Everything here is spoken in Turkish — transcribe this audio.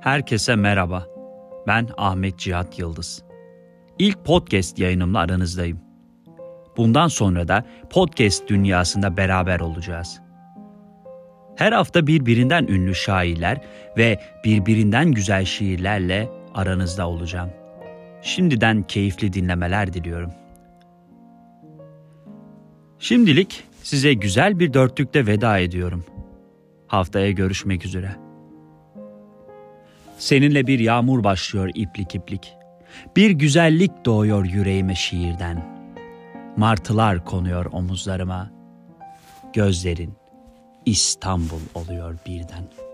Herkese merhaba. Ben Ahmet Cihat Yıldız. İlk podcast yayınımla aranızdayım. Bundan sonra da podcast dünyasında beraber olacağız. Her hafta birbirinden ünlü şairler ve birbirinden güzel şiirlerle aranızda olacağım. Şimdiden keyifli dinlemeler diliyorum. Şimdilik size güzel bir dörtlükte veda ediyorum. Haftaya görüşmek üzere. Seninle bir yağmur başlıyor iplik iplik. Bir güzellik doğuyor yüreğime şiirden. Martılar konuyor omuzlarıma. Gözlerin İstanbul oluyor birden.